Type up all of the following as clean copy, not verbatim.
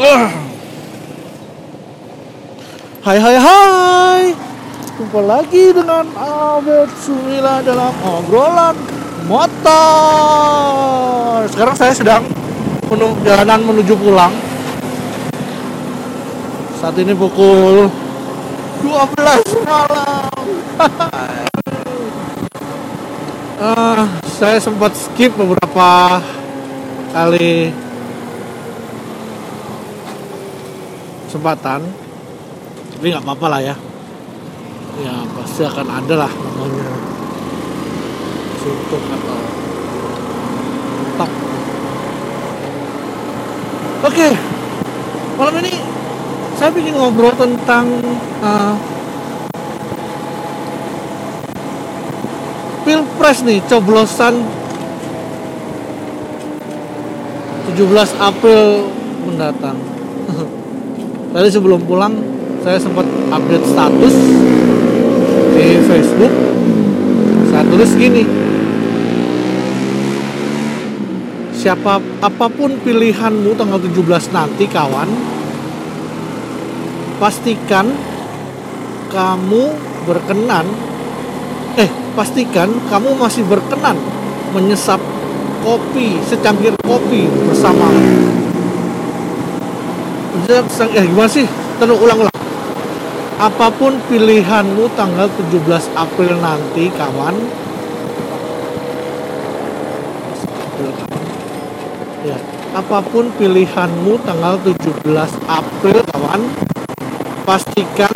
Hai hai hai, jumpa lagi dengan Albert Sumila dalam obrolan motor. Sekarang saya sedang perjalanan menuju pulang. Saat ini pukul 12 malam. Saya sempat skip beberapa kali kesempatan, tapi nggak apa-apa lah ya. Ya pasti akan ada lah namanya suntuk atau top. Oke, malam ini saya ingin ngobrol tentang Pilpres nih, coblosan 17 April mendatang. Tadi sebelum pulang saya sempat update status di Facebook. Saya tulis gini: apapun pilihanmu tanggal 17 nanti kawan, pastikan kamu masih berkenan menyesap secangkir kopi bersama. Gimana sih? Ulang. Apapun pilihanmu tanggal 17 April nanti kawan, ya, apapun pilihanmu tanggal 17 April kawan, pastikan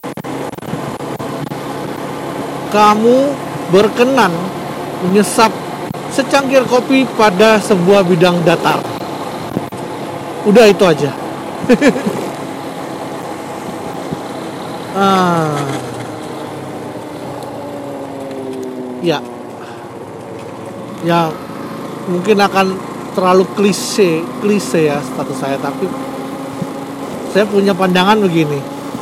kamu berkenan menyesap secangkir kopi pada sebuah bidang datar. Udah itu aja. Ya mungkin akan terlalu klise ya status saya, tapi saya punya pandangan begini.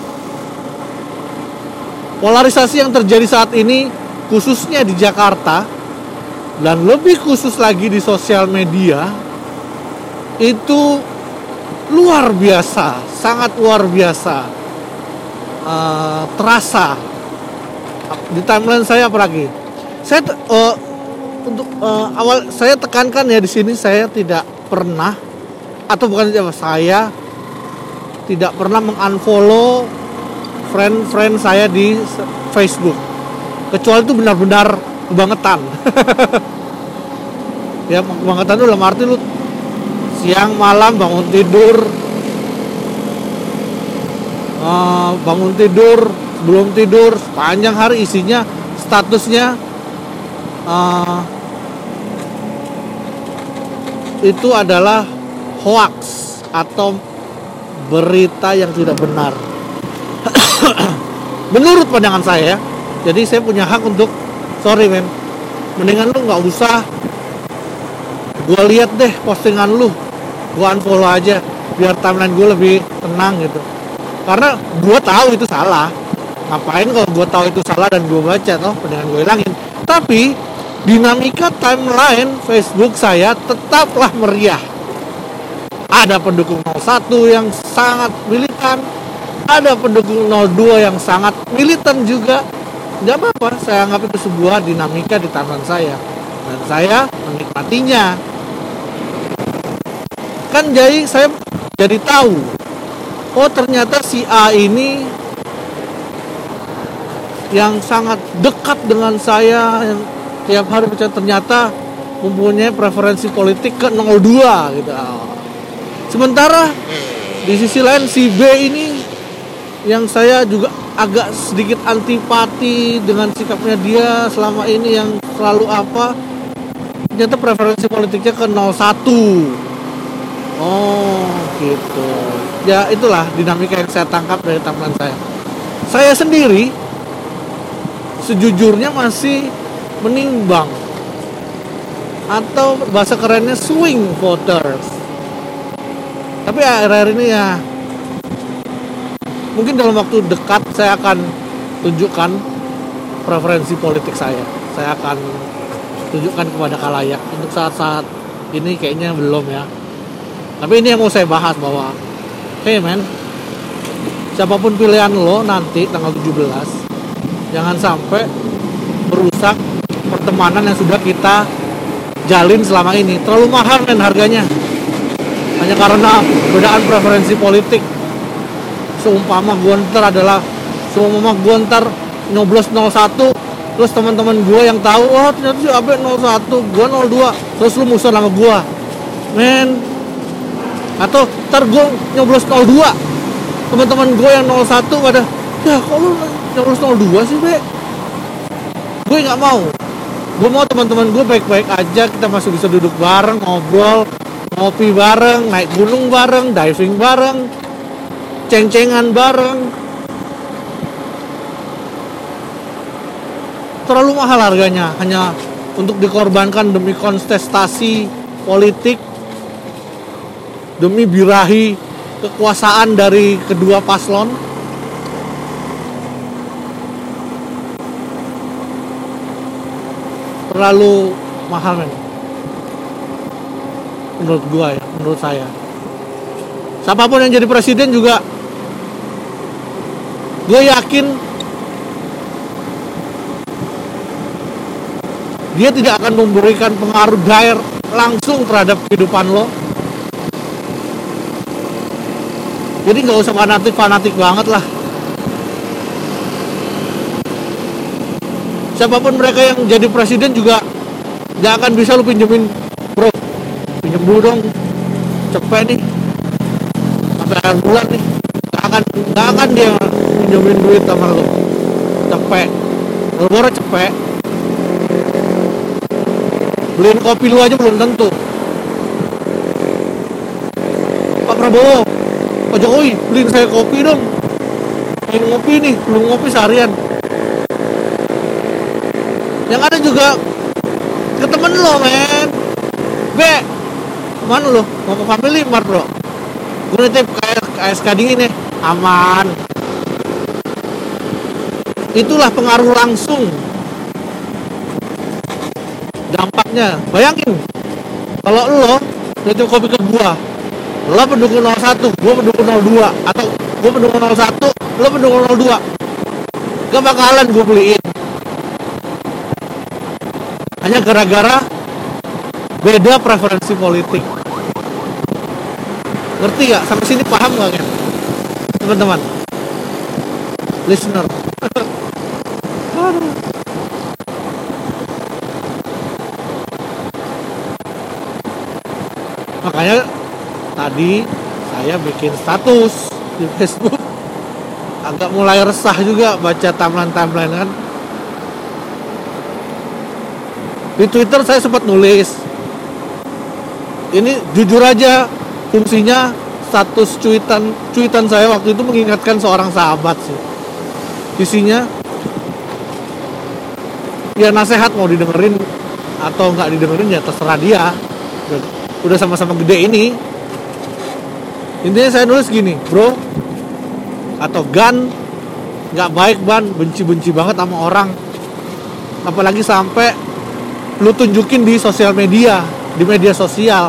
Polarisasi yang terjadi saat ini, khususnya di Jakarta dan lebih khusus lagi di sosial media, itu luar biasa, sangat luar biasa. Terasa di timeline saya apalagi. Saya saya tekankan ya di sini, saya tidak pernah, atau bukan saya tidak pernah mengunfollow friend saya di Facebook, kecuali itu benar-benar kebangetan. Ya kebangetan itu dalam arti lu siang malam bangun tidur, belum tidur, sepanjang hari isinya statusnya itu adalah hoax atau berita yang tidak benar. Menurut pandangan saya, jadi saya punya hak untuk mendingan lu nggak usah gue lihat deh postingan lu, gue unfollow aja biar timeline gue lebih tenang gitu. Karena gue tahu itu salah. Ngapain kalau gue tahu itu salah dan gue baca, mendingan gue hilangin. Tapi dinamika timeline Facebook saya tetaplah meriah. Ada pendukung 01 yang sangat militan, ada pendukung 02 yang sangat militan juga. Gak apa-apa, saya anggap itu sebuah dinamika di timeline saya, dan saya menikmatinya. Kan jadi saya jadi tahu, oh ternyata si A ini yang sangat dekat dengan saya, yang tiap hari bicara, ternyata mempunyai preferensi politik ke 02 gitu. Sementara di sisi lain si B ini yang saya juga agak sedikit antipati dengan sikapnya dia selama ini, yang selalu ternyata preferensi politiknya ke 01. Oh gitu. Ya itulah dinamika yang saya tangkap dari timeline saya. Saya sendiri sejujurnya masih menimbang, atau bahasa kerennya swing voters. Tapi akhir-akhir ini ya mungkin dalam waktu dekat saya akan tunjukkan preferensi politik saya. Saya akan tunjukkan kepada khalayak. Untuk saat-saat ini kayaknya belum ya. Tapi ini yang mau saya bahas, bahwa Hey man, siapapun pilihan lo nanti tanggal 17, jangan sampai merusak pertemanan yang sudah kita jalin selama ini. Terlalu mahal men harganya, hanya karena perbedaan preferensi politik. Seumpama gue ntar nyoblos 01, terus teman-teman gue yang tahu, oh ternyata si Abe 01, gue 02, terus lu musuh sama gue men. Atau ntar gue nyoblos 02, teman-teman gue yang 01 pada, ya kok lu nyoblos 02 sih Be? Gue nggak mau. Gue mau teman-teman gue baik-baik aja, kita masih bisa duduk bareng, ngobrol, ngopi bareng, naik gunung bareng, diving bareng, ceng-cengan bareng. Terlalu mahal harganya hanya untuk dikorbankan demi kontestasi politik, demi birahi kekuasaan dari kedua paslon. Terlalu mahal men, menurut gua ya, menurut saya. Siapapun yang jadi presiden juga, gue yakin dia tidak akan memberikan pengaruh direct langsung terhadap kehidupan lo. Jadi nggak usah fanatik banget lah. Siapapun mereka yang jadi presiden juga nggak akan bisa lu pinjemin, bro, pinjem dulu dong, cepet nih sampai akhir bulan nih. Nggak akan dia pinjemin duit sama lu, cepet. Boro-boro cepet. Beliin kopi lu aja belum tentu. Pak Prabowo, Pak Jokowi, beliin saya kopi dong. Ingin ngopi nih, belum ngopi seharian. Yang ada juga ke temen lo men, Be, mana lo? Mau ke Family Mart bro? Gue nitip KSK dingin nih, aman. Itulah pengaruh langsung dampaknya. Bayangin kalau lo nitip kopi ke gua, lo pendukung 01, gua pendukung 02, atau gua pendukung 01, lo pendukung 02, gak bakalan gua beliin. Hanya gara-gara beda preferensi politik. Ngerti gak? Sampai sini paham gak kan? Teman-teman listener. Makanya tadi saya bikin status di Facebook, agak mulai resah juga baca timeline kan. Di Twitter saya sempat nulis, ini jujur aja fungsinya status cuitan saya waktu itu mengingatkan seorang sahabat sih. Isinya ya nasihat, mau didengerin atau nggak didengerin ya terserah dia. Udah sama-sama gede ini. Intinya saya nulis gini, bro atau Gan, nggak baik ban, benci banget sama orang, apalagi sampai lu tunjukin di sosial media, di media sosial.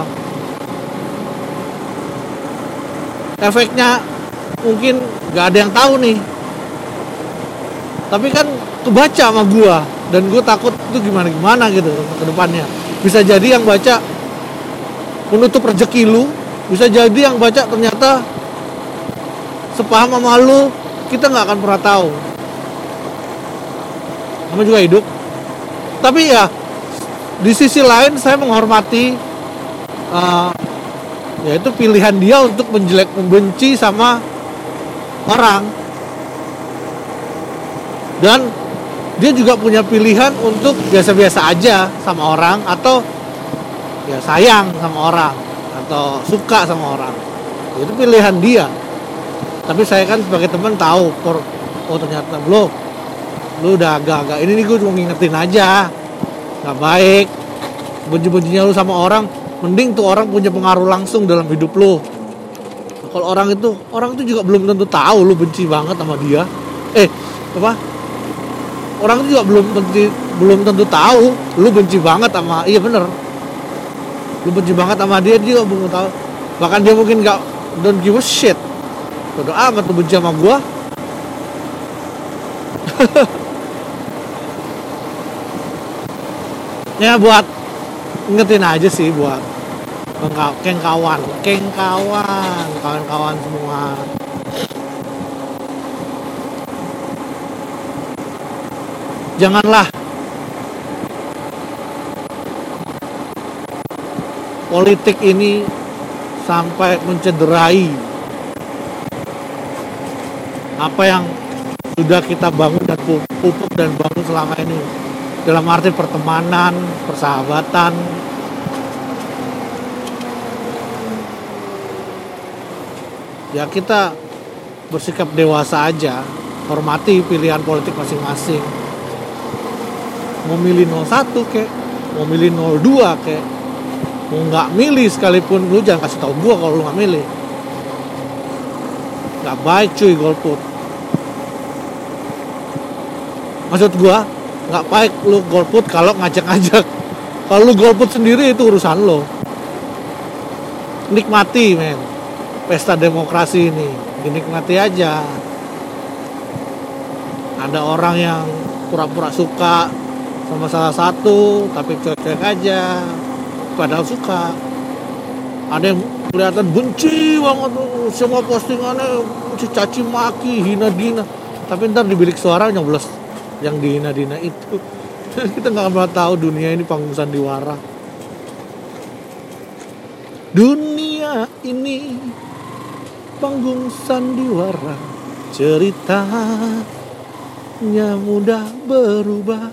Efeknya mungkin nggak ada yang tahu nih, tapi kan kebaca sama gua, dan gua takut itu gimana gitu ke depannya. Bisa jadi yang baca menutup rezeki lu, bisa jadi yang baca ternyata sepaham sama lu, kita nggak akan pernah tahu. Kamu juga hidup. Tapi ya di sisi lain saya menghormati yaitu pilihan dia untuk membenci sama orang, dan dia juga punya pilihan untuk biasa-biasa aja sama orang, atau ya sayang sama orang, atau suka sama orang. Itu pilihan dia. Tapi saya kan sebagai teman tahu, oh ternyata lu udah agak-agak ini nih, gue cuma ngingetin aja, nggak baik. Benci-bencinya lu sama orang, mending tuh orang punya pengaruh langsung dalam hidup lu. Kalau orang itu juga belum tentu tahu lu benci banget sama dia. Orang itu juga belum tentu tahu lu benci banget sama, iya bener, lu benci banget sama dia juga belum tahu. Bahkan dia mungkin don't give a shit Bodo amat lu benci sama gua. Ya buat ingetin aja sih buat kawan-kawan semua. Janganlah politik ini sampai mencederai apa yang sudah kita bangun dan pupuk dan bangun selama ini, dalam arti pertemanan, persahabatan. Ya kita bersikap dewasa aja, hormati pilihan politik masing-masing. Mau milih 01 kek, mau milih 02 kek, mau nggak milih sekalipun, lu jangan kasih tau gua kalau lu nggak milih. Nggak baik cuy golput. Maksud gua nggak baik lu golput kalau ngajak-ngajak. Kalau lu golput sendiri itu urusan lo. Nikmati men, pesta demokrasi ini dinikmati aja. Ada orang yang pura-pura suka sama salah satu tapi cuek-cuek aja padahal suka. Ada yang kelihatan benci banget tuh, semua postingannya caci maki, hina dina, tapi ntar di bilik suara nyoblos yang dihina-dina itu. Kita nggak pernah tahu dunia ini panggung sandiwara. Dunia ini panggung sandiwara, ceritanya mudah berubah.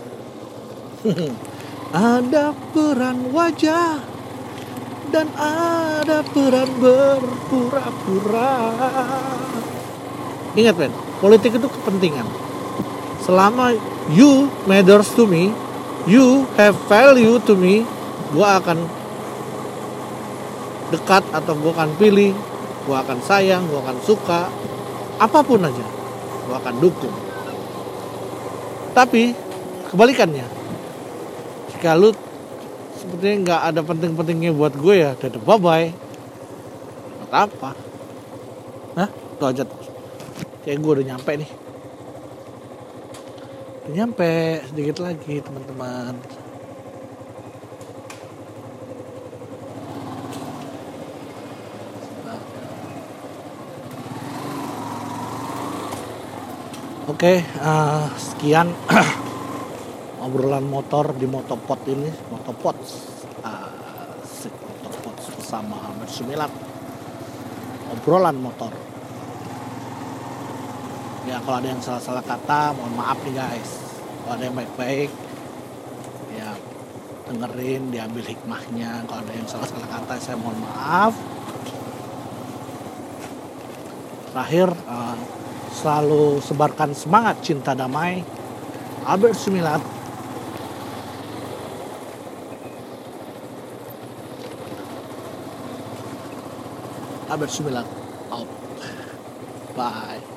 Ada peran wajah dan ada peran berpura-pura. Ingat men, politik itu kepentingan. Selama you matters to me, you have value to me, gua akan dekat atau gua akan pilih, gua akan sayang, gua akan suka, apapun aja, gua akan dukung. Tapi kebalikannya, jika lu sepertinya nggak ada penting-pentingnya buat gue, ya dadah bye-bye. Buat apa? Hah? Tuh aja tuh. Kayak gue udah nyampe nih. Udah nyampe, sedikit lagi teman-teman. Oke, sekian obrolan motor di Motopod ini, Motopod bersama Ahmad Sumilat. Obrolan motor. Ya kalau ada yang salah-salah kata, mohon maaf nih guys. Kalau ada yang baik-baik, ya dengerin, diambil hikmahnya. Kalau ada yang salah-salah kata, saya mohon maaf. Terakhir, selalu sebarkan semangat cinta damai. Albert Sumilat. Albert Sumilat out. Bye.